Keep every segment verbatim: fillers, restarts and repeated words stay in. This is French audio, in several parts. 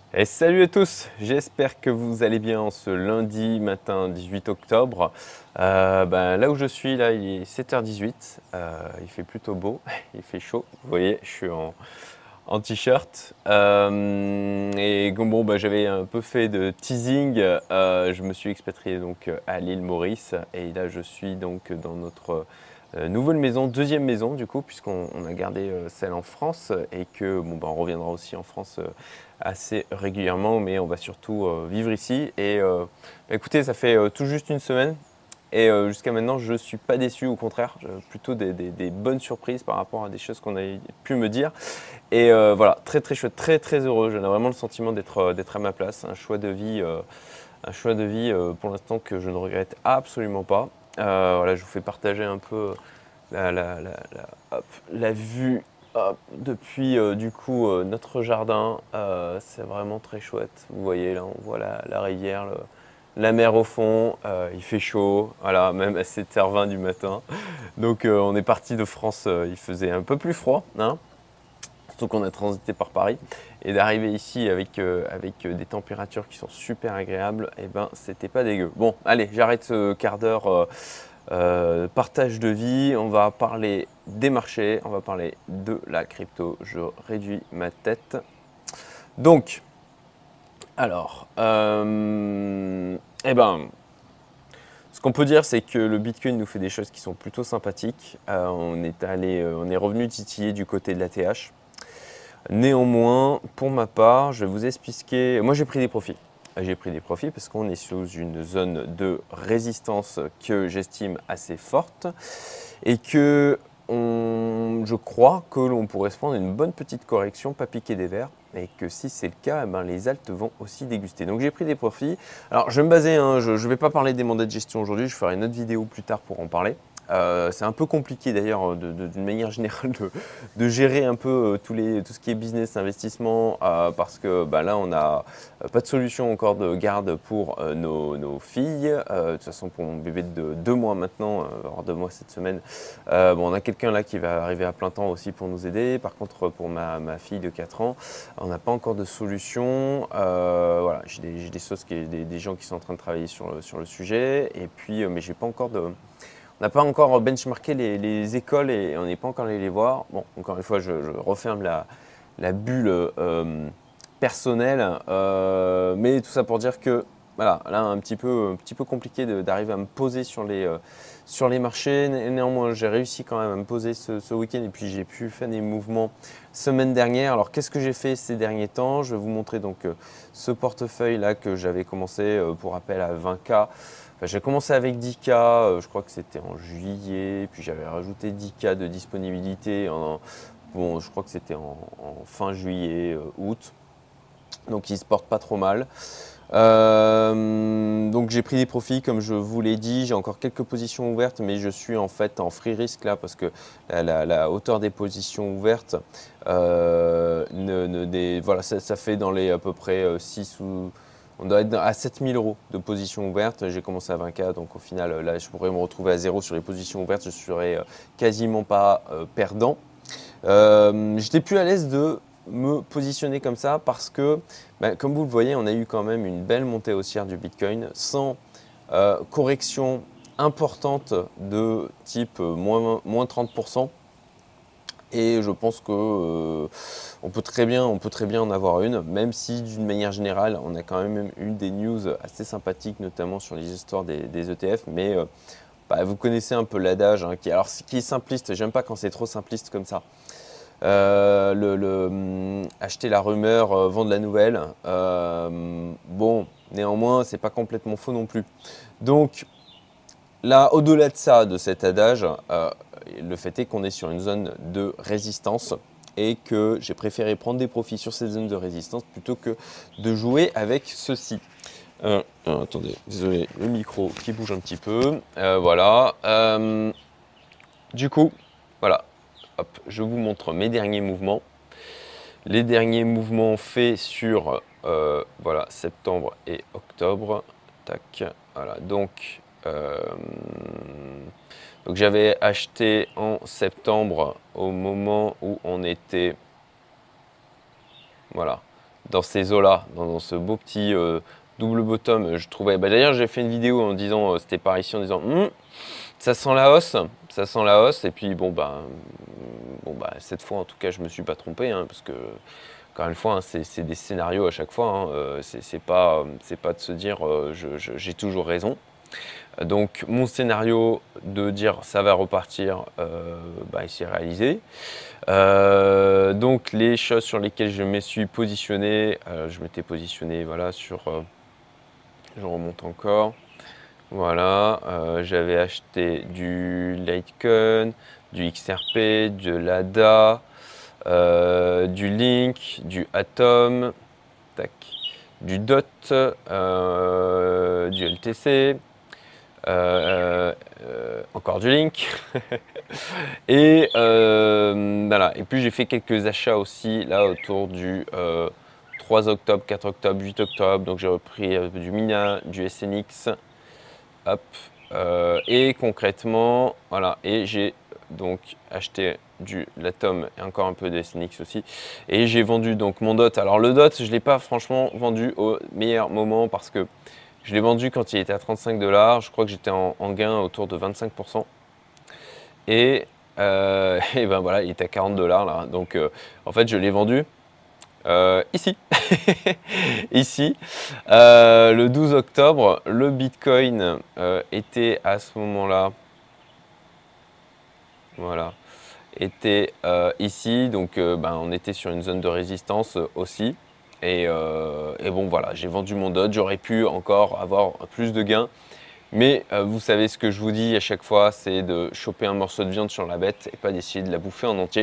Et salut à tous, j'espère que vous allez bien en ce lundi matin dix-huit octobre. Euh, ben, là où je suis, là, il est sept heures dix-huit, euh, il fait plutôt beau, il fait chaud. Vous voyez, je suis en, en t-shirt. Euh, et comme bon, ben, j'avais un peu fait de teasing, euh, je me suis expatrié donc à l'île Maurice et là je suis donc dans notre euh, nouvelle maison, deuxième maison du coup, puisqu'on on a gardé euh, celle en France et que bon, ben, on reviendra aussi en France euh, assez régulièrement, mais on va surtout euh, vivre ici. Et euh, bah, écoutez, ça fait euh, tout juste une semaine et euh, jusqu'à maintenant, je ne suis pas déçu, au contraire, j'ai plutôt des, des- des bonnes surprises par rapport à des choses qu'on a pu me dire. Et euh, voilà, très très chouette, très très heureux. J'ai vraiment le sentiment d'être euh, d'être à ma place, un choix de vie, euh, un choix de vie euh, pour l'instant que je ne regrette absolument pas. Euh, voilà, je vous fais partager un peu la, la, la, la, hop, la vue hop, depuis euh, du coup euh, notre jardin. Euh, c'est vraiment très chouette. Vous voyez là, on voit la, la rivière, le- la mer au fond. Euh, il fait chaud, voilà, même à sept heures vingt du matin. Donc euh, on est parti de France, euh, il faisait un peu plus froid, hein, surtout qu'on a transité par Paris. Et d'arriver ici avec, euh, avec des températures qui sont super agréables, et ben c'était pas dégueu. Bon, allez, j'arrête ce quart d'heure. Euh, euh, partage de vie, on va parler des marchés, on va parler de la crypto. Je réduis ma tête. Donc, alors, euh, eh ben, ce qu'on peut dire, c'est que le Bitcoin nous fait des choses qui sont plutôt sympathiques. Euh, on est allé, euh, on est revenu titiller du côté de la T H. Néanmoins, pour ma part, je vais vous expliquer. Moi, j'ai pris des profits. J'ai pris des profits parce qu'on est sous une zone de résistance que j'estime assez forte et que on- je crois que l'on pourrait se prendre une bonne petite correction, pas piquer des verres, et que si c'est le cas, eh ben, les altes vont aussi déguster. Donc j'ai pris des profits. Alors je vais me baser, hein, je ne vais pas parler des mandats de gestion aujourd'hui, je ferai une autre vidéo plus tard pour en parler. Euh, c'est un peu compliqué d'ailleurs de- de- d'une manière générale de, de gérer un peu euh, tous les, tout ce qui est business, investissement, euh, parce que bah, là on n'a euh, pas de solution encore de garde pour euh, nos, nos filles. Euh, de toute façon pour mon bébé de deux mois maintenant, euh, avoir deux mois cette semaine, euh, bon, on a quelqu'un là qui va arriver à plein temps aussi pour nous aider. Par contre pour ma, ma fille de quatre ans, on n'a pas encore de solution. Euh, voilà, j'ai des, j'ai des, sauces qui- des, des gens qui sont en train de travailler sur le, sur le sujet, et puis, euh, mais j'ai pas encore de, on n'a pas encore benchmarké les, les écoles et on n'est pas encore allé les voir. Bon, encore une fois, je, je referme la, la bulle euh, personnelle, euh, mais tout ça pour dire que voilà, là un petit peu, un petit peu compliqué de- d'arriver à me poser sur les, euh, sur les marchés. Né- Néanmoins, j'ai réussi quand même à me poser ce, ce week-end et puis j'ai pu faire des mouvements semaine dernière. Alors qu'est-ce que j'ai fait ces derniers temps? Je vais vous montrer donc euh, ce portefeuille là que j'avais commencé euh, pour rappel à vingt K. Enfin, j'ai commencé avec dix K, euh, je crois que c'était en juillet, puis j'avais rajouté dix K de disponibilité, en, bon, je crois que c'était en, en fin juillet, euh, août, donc il se porte pas trop mal. Euh, donc j'ai pris des profits comme je vous l'ai dit, j'ai encore quelques positions ouvertes, mais je suis en fait en free risk là parce que la, la- la hauteur des positions ouvertes, euh, ne, ne- des, voilà, ça, ça fait dans les à peu près euh, six ou on doit être à sept mille euros de positions ouvertes. J'ai commencé à vingt K, donc au final là je pourrais me retrouver à zéro sur les positions ouvertes, je serais euh, quasiment pas euh, perdant. Euh, J'étais plus à l'aise de me positionner comme ça parce que, bah, comme vous le voyez, on a eu quand même une belle montée haussière du Bitcoin sans euh, correction importante de type euh, moins, moins trente pour cent. Et je pense que euh, on peut très bien, on peut très bien en avoir une, même si d'une manière générale, on a quand même eu des news assez sympathiques, notamment sur les histoires des, des E T F. Mais euh, bah, vous connaissez un peu l'adage, hein, qui, alors, qui est simpliste. J'aime pas quand c'est trop simpliste comme ça. Euh, le, le, hum, acheter la rumeur, euh, vendre la nouvelle. Euh, bon, néanmoins, c'est pas complètement faux non plus. Donc là, au-delà de ça, de cet adage, euh, le fait est qu'on est sur une zone de résistance et que j'ai préféré prendre des profits sur cette zone de résistance plutôt que de jouer avec ceci. Euh, euh, attendez, désolé, le micro qui bouge un petit peu. Euh, voilà. Euh, du coup, voilà. Hop, je vous montre mes derniers mouvements. Les derniers mouvements faits sur euh, voilà, septembre et octobre. Tac, voilà. Donc, euh, donc j'avais acheté en septembre au moment où on était voilà, dans ces eaux-là, dans, dans ce beau petit euh, double bottom. Je trouvais, bah, d'ailleurs j'ai fait une vidéo en disant, euh, c'était par ici, en disant hm, ça sent la hausse, ça sent la hausse. Et puis bon bah, bon, bah cette fois en tout cas je me suis pas trompé, hein, parce que encore une fois, hein, c'est des scénarios à chaque fois, hein, euh, c'est pas, c'est pas de se dire euh, je- je- j'ai toujours raison. Donc mon scénario de dire ça va repartir, euh, bah, il s'est réalisé. Euh, donc les choses sur lesquelles je me suis positionné, euh, je m'étais positionné voilà, sur, euh, je remonte encore, voilà, euh, j'avais acheté du Litecoin, du X R P, de l'A D A, euh, du Link, du Atom, tac, du D O T, euh, du L T C, euh, euh, encore du Link. Et euh, voilà. Et puis j'ai fait quelques achats aussi là autour du euh, trois octobre, quatre octobre, huit octobre. Donc j'ai repris euh, du Mina, du S N X. Hop. Euh, et concrètement, voilà. Et j'ai donc acheté du l'Atom et encore un peu de S N X aussi. Et j'ai vendu donc mon D O T. Alors le D O T, je ne l'ai pas franchement vendu au meilleur moment parce que je l'ai vendu quand il était à trente-cinq dollars. Je crois que j'étais en, en gain autour de vingt-cinq pour cent. Et, euh, et ben voilà, il était à quarante dollars là. Donc euh, en fait, je l'ai vendu euh, ici. Ici. Euh, le douze octobre, le Bitcoin euh, était à ce moment-là. Voilà. Était euh, ici. Donc euh, ben, on était sur une zone de résistance euh, aussi. Et, euh, et bon voilà, j'ai vendu mon D O T. J'aurais pu encore avoir plus de gains. Mais euh, vous savez ce que je vous dis à chaque fois, c'est de choper un morceau de viande sur la bête et pas d'essayer de la bouffer en entier.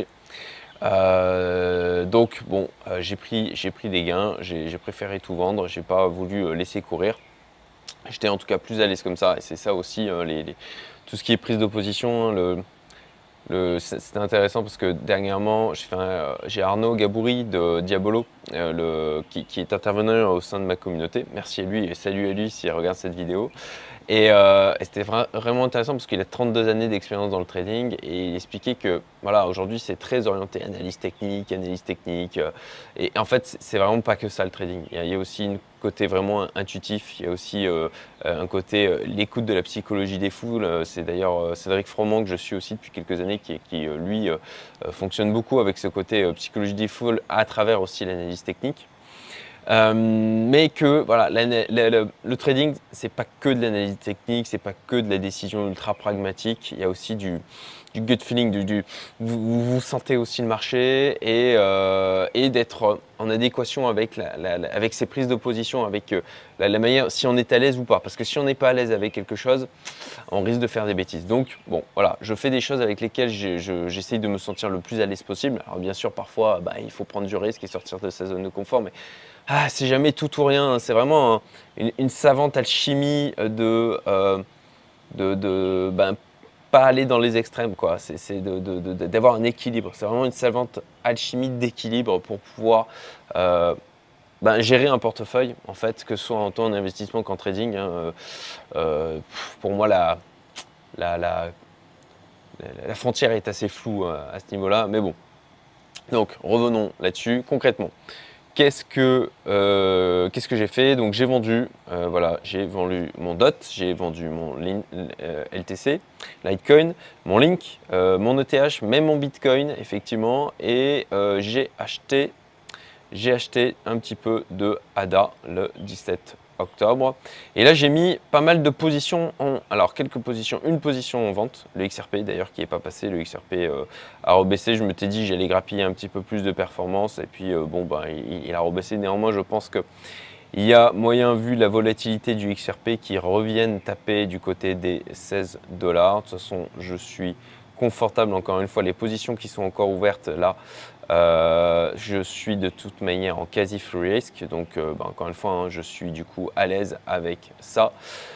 Euh, donc bon, euh, j'ai pris, j'ai pris des gains, j'ai préféré tout vendre, j'ai pas voulu euh, laisser courir. J'étais en tout cas plus à l'aise comme ça et c'est ça aussi, euh, les, les, tout ce qui est prise d'opposition, hein, le, le, c'était intéressant parce que dernièrement, j'ai euh, Arnaud Gabouri de Diabolo euh, le, qui, qui est intervenant au sein de ma communauté. Merci à lui et salut à lui s'il regarde cette vidéo. Et, euh, et c'était vra vraiment intéressant parce qu'il a trente-deux années d'expérience dans le trading et il expliquait que voilà, aujourd'hui c'est très orienté analyse technique, analyse technique. Euh, et en fait, c'est vraiment pas que ça le trading. Il y a, il y a aussi un côté vraiment intuitif, il y a aussi euh, un côté euh, l'écoute de la psychologie des foules. C'est d'ailleurs euh, Cédric Froment que je suis aussi depuis quelques années qui, qui euh, lui euh, fonctionne beaucoup avec ce côté euh, psychologie des foules à travers aussi l'analyse technique. Euh, mais que voilà, la, la, la, le trading, c'est pas que de l'analyse technique, c'est pas que de la décision ultra pragmatique. Il y a aussi du, du gut feeling, du, du vous, vous sentez aussi le marché et, euh, et d'être en adéquation avec, la, la, la, avec ses prises d'opposition, avec euh, la, la manière, si on est à l'aise ou pas. Parce que si on n'est pas à l'aise avec quelque chose, on risque de faire des bêtises. Donc bon, voilà, je fais des choses avec lesquelles j'essaye je, de me sentir le plus à l'aise possible. Alors bien sûr, parfois, bah, il faut prendre du risque et sortir de sa zone de confort, mais ah, c'est jamais tout ou rien, hein. C'est vraiment un, une, une savante alchimie de, euh, de, de ben, pas aller dans les extrêmes, quoi. C'est d'avoir un équilibre. C'est vraiment une savante alchimie d'équilibre pour pouvoir euh, ben, gérer un portefeuille, en fait, que ce soit en tant en investissement qu'en trading. Hein. Euh, pour moi, la, la, la, la, frontière est assez floue à, à ce niveau-là, mais bon. Donc, revenons là-dessus concrètement. Qu'est-ce que, euh, qu'est-ce que j'ai fait? Donc j'ai vendu, euh, voilà, j'ai vendu mon D O T, j'ai vendu mon Lin, euh, L T C, Litecoin, mon Link, euh, mon E T H, même mon Bitcoin effectivement, et euh, j'ai acheté, j'ai acheté un petit peu de A D A le dix-sept octobre. Et là j'ai mis pas mal de positions en, alors quelques positions, une position en vente, le X R P d'ailleurs qui n'est pas passé, le X R P euh, a rebaissé, je me t'ai dit j'allais grappiller un petit peu plus de performance et puis euh, bon bah il, il a rebaissé, néanmoins je pense que il y a moyen, vu la volatilité du X R P, qui revienne taper du côté des seize dollars. De toute façon, je suis confortable, encore une fois, les positions qui sont encore ouvertes là, euh, je suis de toute manière en quasi free risk. Donc, euh, bah, encore une fois, hein, je suis du coup à l'aise avec ça.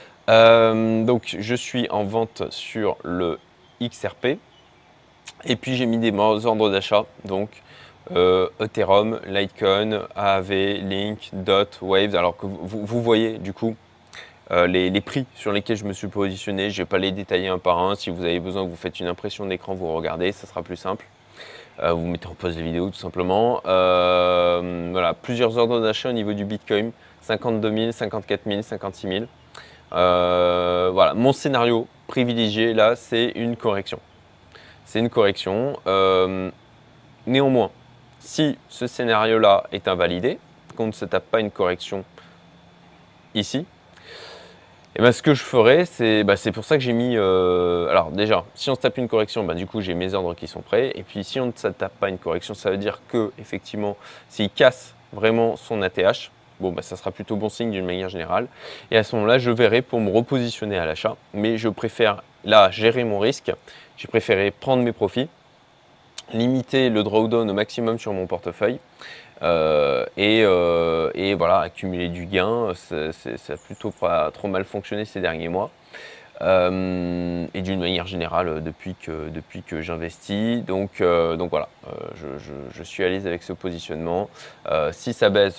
Euh, donc, je suis en vente sur le X R P. Et puis, j'ai mis des ordres d'achat. Donc, Euh, Ethereum, Litecoin, A A V, Link, D O T, Waves. Alors que vous, vous voyez du coup euh, les, les prix sur lesquels je me suis positionné. Je ne vais pas les détailler un par un. Si vous avez besoin que vous faites une impression d'écran, vous regardez, ça sera plus simple. Euh, vous mettez en pause la vidéo tout simplement. Euh, voilà, plusieurs ordres d'achat au niveau du Bitcoin, cinquante-deux mille, cinquante-quatre mille, cinquante-six mille. Euh, voilà, mon scénario privilégié là, c'est une correction. C'est une correction. Euh, néanmoins, si ce scénario-là est invalidé, qu'on ne se tape pas une correction ici, et ben, ce que je ferai, c'est bah, c'est pour ça que j'ai mis… Euh, alors déjà, si on se tape une correction, bah, du coup j'ai mes ordres qui sont prêts. Et puis si on ne se tape pas une correction, ça veut dire que effectivement, s'il casse vraiment son A T H, bon, bah, ça sera plutôt bon signe d'une manière générale. Et à ce moment-là, je verrai pour me repositionner à l'achat. Mais je préfère là gérer mon risque. J'ai préféré prendre mes profits, limiter le drawdown au maximum sur mon portefeuille. Euh, et, euh, et voilà, accumuler du gain, ça a plutôt pas trop mal fonctionné ces derniers mois. Euh, et d'une manière générale depuis que, depuis que j'investis. Donc, euh, donc voilà, euh, je, je, je suis à l'aise avec ce positionnement. Euh, si ça baisse,